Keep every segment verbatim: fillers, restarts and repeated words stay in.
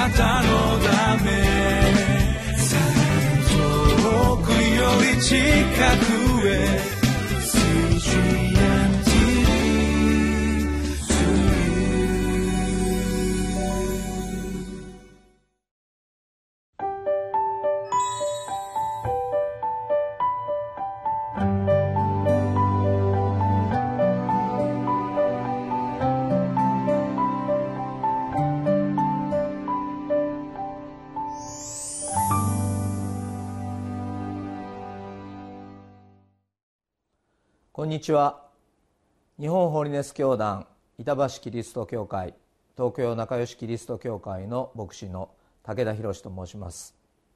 なたのため、遠くより近くへこんにちは。日本ホリネス教団板橋キリスト教会東京仲良しキリスト教会の牧師の武田博と申します。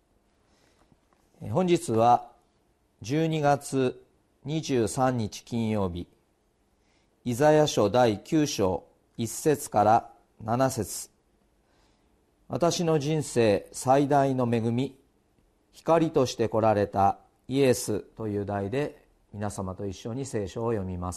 本日はじゅうにがつにじゅうさんにち金曜日、イザヤ書だいきゅうしょういっせつからななせつ、私の人生最大の恵み、光として来られたイエスという題で皆様と一緒に聖書を読みます。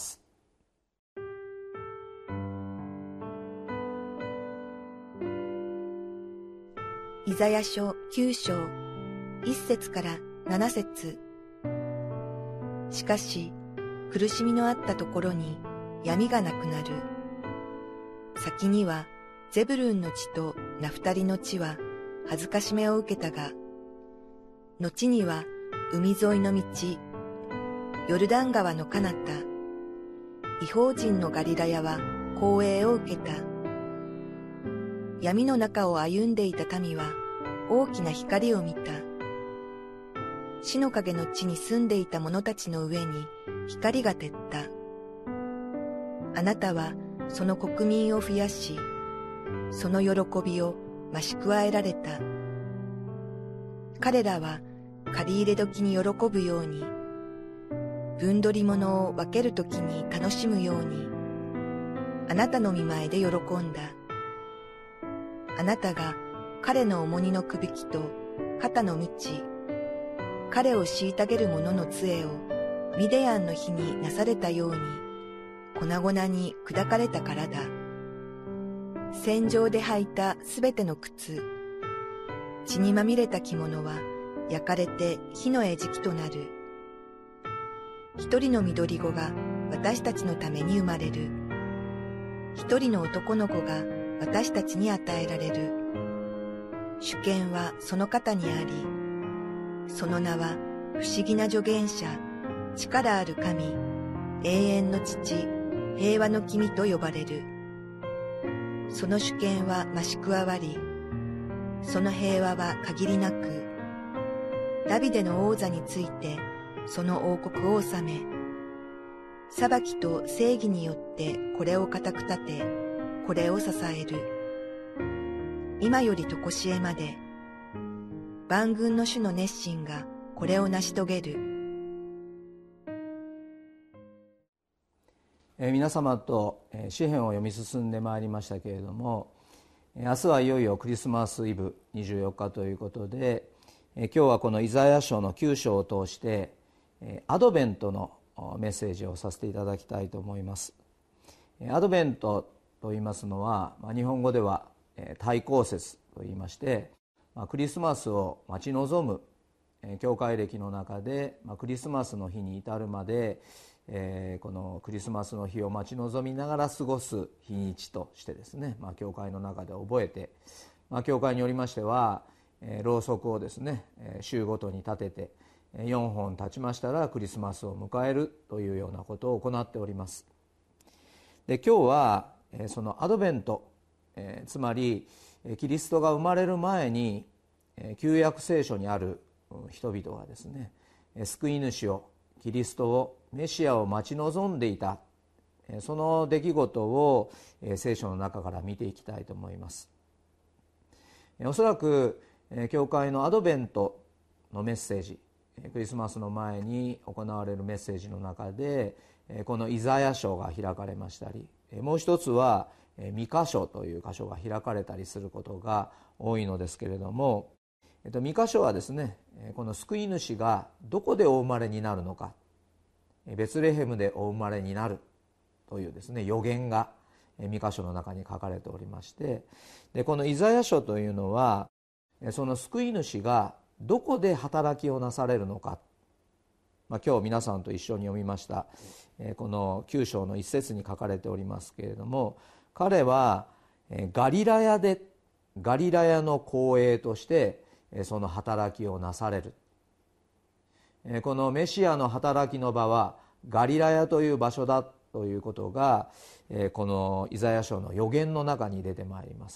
イザヤ書きゅうしょういっせつからななせつ。しかし苦しみのあったところに闇がなくなる。先にはゼブルンの地とナフタリの地は恥ずかしめを受けたが、後には海沿いの道、ヨルダン川の彼方、異邦人のガリラヤは光栄を受けた。闇の中を歩んでいた民は大きな光を見た。死の影の地に住んでいた者たちの上に光が照った。あなたはその国民を増やし、その喜びを増し加えられた。彼らは借り入れ時に喜ぶように、分取り物を分けるときに楽しむように、あなたの御前で喜んだ。あなたが彼の重荷のくびきと肩の鞭、彼を虐げる者の杖をミディアンの日になされたように、粉々に砕かれたからだ。戦場で履いたすべての靴、血にまみれた着物は焼かれて火の餌食となる。一人の緑子が私たちのために生まれる。一人の男の子が私たちに与えられる。主権はその肩にあり、その名は不思議な助言者、力ある神、永遠の父、平和の君と呼ばれる。その主権は増し加わり、その平和は限りなく、ダビデの王座についてその王国を治め、裁きと正義によってこれを固く立て、これを支える。今よりとこしえまで、万軍の主の熱心がこれを成し遂げる。 えー、皆様と、えー、詩編を読み進んでまいりましたけれども、明日はいよいよクリスマスイブにじゅうよっかということで、えー、今日はこのイザヤ書のきゅうしょうを通して、えー、アドベントのメッセージをさせていただきたいと思います。アドベントと言いますのは、まあ、日本語では対抗節と言いまして、まあ、クリスマスを待ち望む教会歴の中で、まあ、クリスマスの日に至るまで、えー、このクリスマスの日を待ち望みながら過ごす日にちとしてですね、まあ、教会の中で覚えて、まあ、教会によりましては、えー、ろうそくをですね週ごとに立ててよんほん経ちましたらクリスマスを迎えるというようなことを行っております。で、今日はそのアドベント、えー、つまりキリストが生まれる前に旧約聖書にある人々がですね、救い主を、キリストを、メシアを待ち望んでいた、その出来事を聖書の中から見ていきたいと思います。おそらく教会のアドベントのメッセージ、クリスマスの前に行われるメッセージの中でこのイザヤ書が開かれましたり、もう一つはミカ書という箇所が開かれたりすることが多いのですけれども、ミカ書はですね、この救い主がどこでお生まれになるのか、ベツレヘムでお生まれになるというですね予言がミカ書の中に書かれておりまして、でこのイザヤ書というのはその救い主がどこで働きをなされるのか、まあ、今日皆さんと一緒に読みましたこのきゅう章の一節に書かれておりますけれども、彼はガリラヤでガリラヤの公営としてその働きをなされる。このメシアの働きの場はガリラヤという場所だということがこのイザヤ書の予言の中に出てまいります。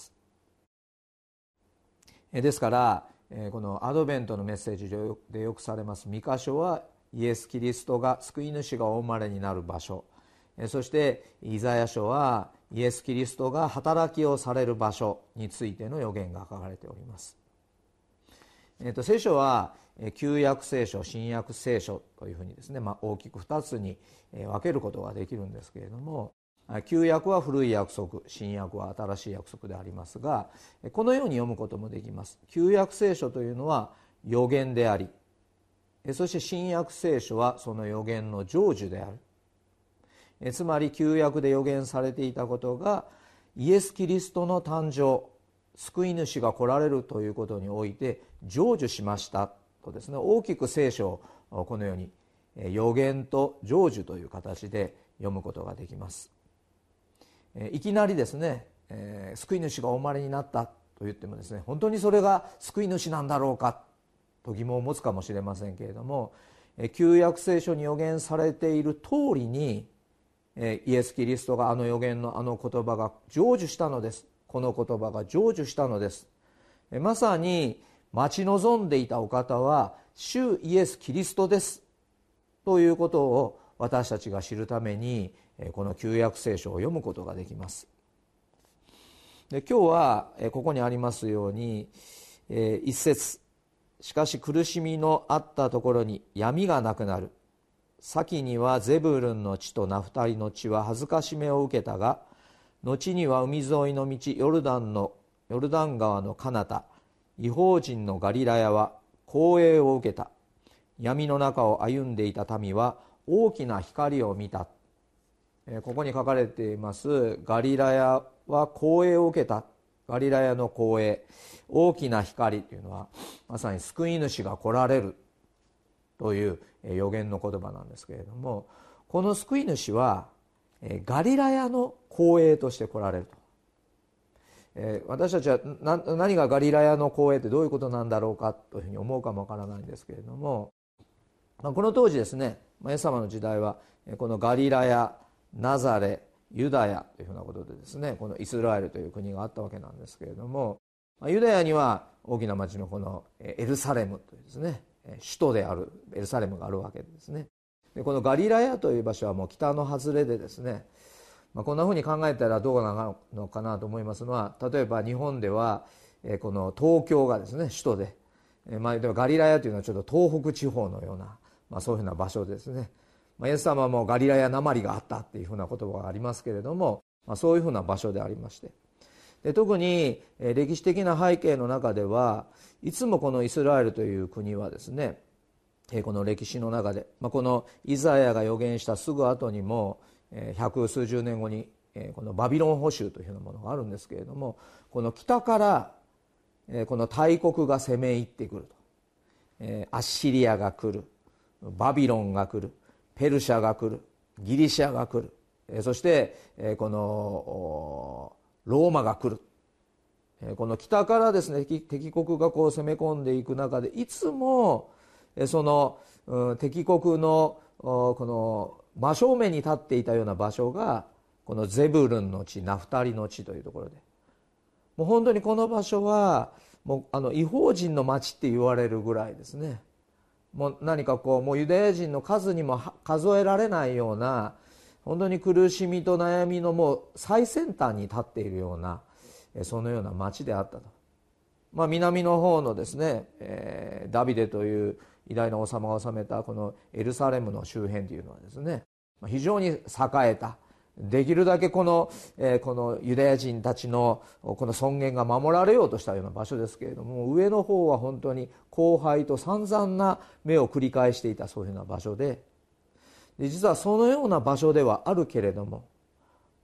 ですからこのアドベントのメッセージでよくされますミカ書はイエス・キリストが救い主がお生まれになる場所、そしてイザヤ書はイエス・キリストが働きをされる場所についての予言が書かれております。えー、と聖書は旧約聖書、新約聖書というふうにですね、まあ、大きくふたつに分けることができるんですけれども、旧約は古い約束、新約は新しい約束でありますが、このように読むこともできます。旧約聖書というのは予言であり、そして新約聖書はその予言の成就である。つまり旧約で予言されていたことがイエス・キリストの誕生、救い主が来られるということにおいて成就しましたとですね、大きく聖書をこのように予言と成就という形で読むことができます。いきなりですね、救い主がお生まれになったと言ってもですね、本当にそれが救い主なんだろうかと疑問を持つかもしれませんけれども、旧約聖書に予言されている通りにイエス・キリストがあの予言のあの言葉が成就したのです。この言葉が成就したのです。まさに待ち望んでいたお方は主イエス・キリストですということを私たちが知るためにこの旧約聖書を読むことができます。で今日はここにありますように一節、しかし苦しみのあったところに闇がなくなる。先にはゼブルンの地とナフタリの地は恥ずかしめを受けたが、後には海沿いの道ヨルダンのヨルダン川の彼方、異邦人のガリラヤは光栄を受けた。闇の中を歩んでいた民は大きな光を見た。ここに書かれていますガリラヤは光栄を受けた、ガリラヤの光栄、大きな光というのはまさに救い主が来られるという予言の言葉なんですけれども、この救い主はガリラヤの光栄として来られると。私たちは何がガリラヤの光栄ってどういうことなんだろうかというふうに思うかもわからないんですけれども、この当時ですね、イエス様の時代はこのガリラヤ、ナザレ、ユダヤというふうなことでですね、このイスラエルという国があったわけなんですけれども、ユダヤには大きな町のこのエルサレムというですね、首都であるエルサレムがあるわけですね。でこのガリラヤという場所はもう北の外れでですね、まあ、こんなふうに考えたらどうなのかなと思いますのは、例えば日本ではこの東京がですね首都で、まあ、でもガリラヤというのはちょっと東北地方のような、まあ、そういうふうな場所ですね。まあ、イエス様もガリラヤなまりがあったっていうふうな言葉がありますけれども、まあ、そういうふうな場所でありまして、で特に歴史的な背景の中ではいつもこのイスラエルという国はですね、この歴史の中で、まあ、このイザヤが予言したすぐ後にも百数十年後にこのバビロン捕囚というようなものがあるんですけれども、この北からこの大国が攻め入ってくると、アッシリアが来る、バビロンが来る、ペルシャが来る、ギリシャが来る、そしてこのローマが来る。この北からですね、敵国がこう攻め込んでいく中で、いつもその敵国のこの真正面に立っていたような場所がこのゼブルンの地、ナフタリの地というところで、もう本当にこの場所はもうあの異邦人の町って言われるぐらいですね。もう何かこうもうユダヤ人の数にも数えられないような、本当に苦しみと悩みのもう最先端に立っているような、そのような町であったと。まあ、南の方のですね、えー、ダビデという偉大な王様が治めたこのエルサレムの周辺というのはですね、非常に栄えた、できるだけこの、えー、このユダヤ人たちのこの尊厳が守られようとしたような場所ですけれども、上の方は本当に荒廃と散々な目を繰り返していた、そういうような場所で、で実はそのような場所ではあるけれども、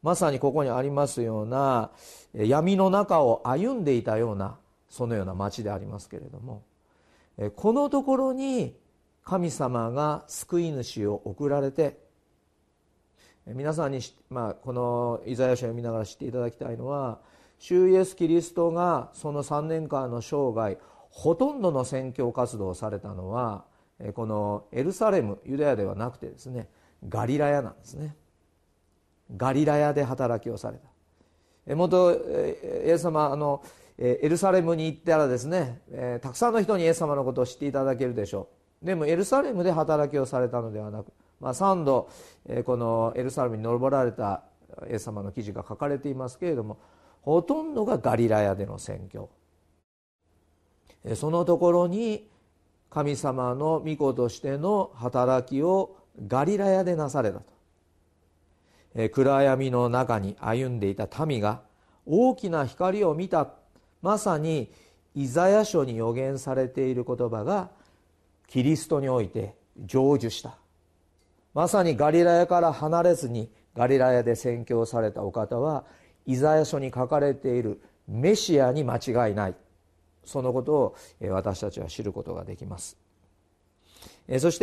まさにここにありますような闇の中を歩んでいたようなそのような町でありますけれども、このところに神様が救い主を送られて、皆さんに、まあ、このイザヤ書を読みながら知っていただきたいのは、主イエスキリストがそのさんねんかんの生涯ほとんどの宣教活動をされたのはこのエルサレム、ユダヤではなくてですね、ガリラヤなんですね。ガリラヤで働きをされた。もとイエス様、あのエルサレムに行ったらですね、たくさんの人にイエス様のことを知っていただけるでしょう。でもエルサレムで働きをされたのではなく、まあ、さんどこのエルサレムに登られたイエス様の記事が書かれていますけれども、ほとんどがガリラヤでの宣教。そのところに神様の御子としての働きをガリラヤでなされたと。暗闇の中に歩んでいた民が大きな光を見た。まさにイザヤ書に予言されている言葉がキリストにおいて成就した。まさにガリラヤから離れずにガリラヤで宣教されたお方は、イザヤ書に書かれているメシアに間違いない、そのことを私たちは知ることができます。そして、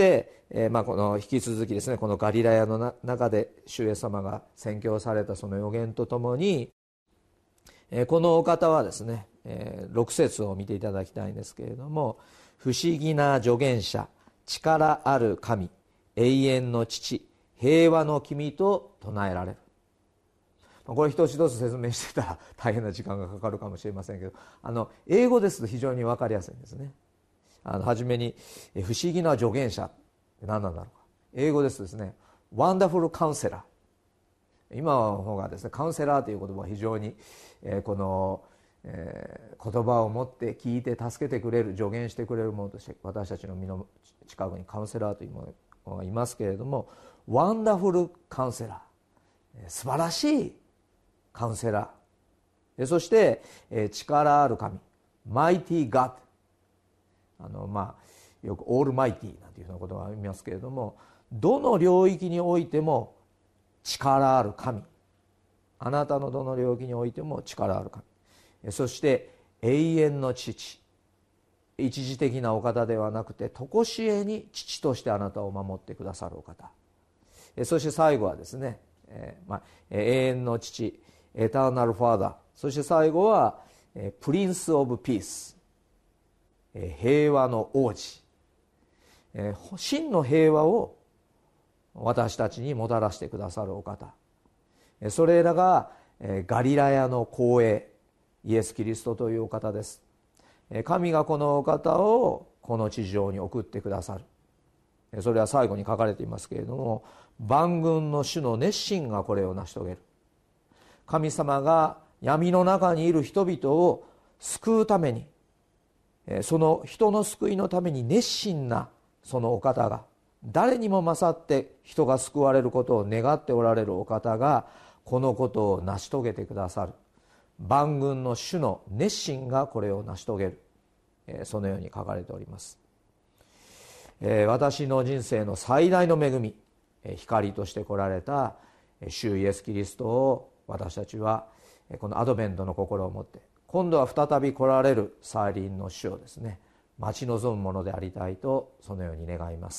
まあ、この引き続きですね、このガリラヤの中で主イエス様が宣教されたその予言とともに、このお方はですね、ろく節を見ていただきたいんですけれども、不思議な助言者、力ある神、永遠の父、平和の君と唱えられる。これ一つ一つ説明してたら大変な時間がかかるかもしれませんけど、あの英語ですと非常に分かりやすいんですね。あの初めに不思議な助言者って何なんだろうか。英語ですとですね、ワンダフルカウンセラー。今の方がですね、カウンセラーという言葉は非常に、えー、この、えー、言葉を持って聞いて助けてくれる、助言してくれるものとして私たちの身の近くにカウンセラーというものがいますけれども、ワンダフルカウンセラー、素晴らしいカウンセラー、そして、えー、力ある神、マイティーガッド、あのまあよくオールマイティなんていうようなことがありますけれども、どの領域においても力ある神、あなたのどの領域においても力ある神、そして永遠の父、一時的なお方ではなくて常しえに父としてあなたを守ってくださるお方、そして最後はですね、えーまあ、永遠の父、エターナルファーダー、そして最後はプリンスオブピース、平和の王子、真の平和を私たちにもたらしてくださるお方、それらがガリラヤの光栄イエス・キリストというお方です。神がこのお方をこの地上に送ってくださる。それは最後に書かれていますけれども、万軍の主の熱心がこれを成し遂げる。神様が闇の中にいる人々を救うために、その人の救いのために熱心なそのお方が、誰にも勝って人が救われることを願っておられるお方がこのことを成し遂げてくださる。万軍の主の熱心がこれを成し遂げる、そのように書かれております。私の人生の最大の恵み、光として来られた主イエス・キリストを私たちはこのアドベントの心を持って、今度は再び来られる再臨の主をですね、待ち望むものでありたいと、そのように願います。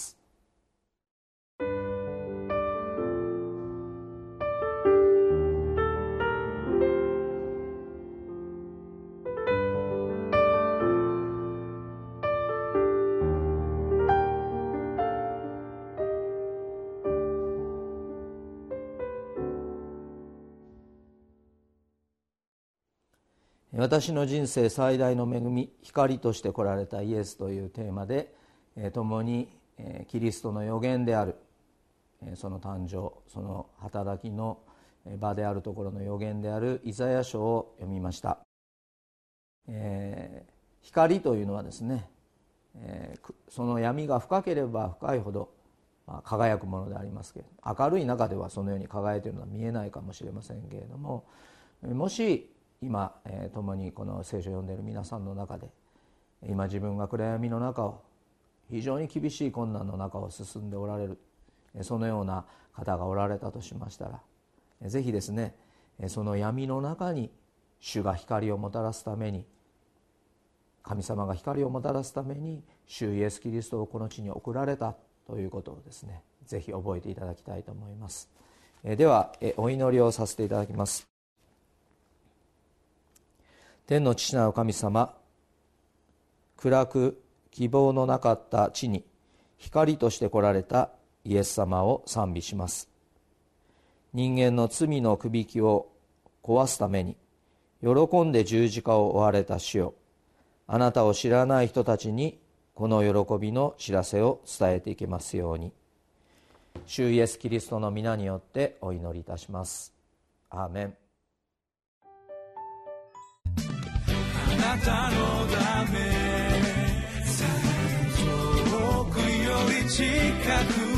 私の人生最大の恵み、光として来られたイエスというテーマで、共にキリストの予言である、その誕生、その働きの場であるところの予言であるイザヤ書を読みました。えー、光というのはですね、えー、その闇が深ければ深いほど、まあ、輝くものでありますけれど、明るい中ではそのように輝いているのは見えないかもしれませんけれども、もし今、えー、共にこの聖書を読んでいる皆さんの中で、今自分が暗闇の中を、非常に厳しい困難の中を進んでおられる、そのような方がおられたとしましたら、 ぜひですね、その闇の中に主が光をもたらすために、神様が光をもたらすために主イエス・キリストをこの地に送られたということをですね、ぜひ覚えていただきたいと思います。ではお祈りをさせていただきます。天の父なる神様、暗く希望のなかった地に光として来られたイエス様を賛美します。人間の罪のくびきを壊すために喜んで十字架を追われた主よ、あなたを知らない人たちにこの喜びの知らせを伝えていけますように、主イエスキリストの皆によってお祈りいたします。アーメン。 あなたのため遠くより近く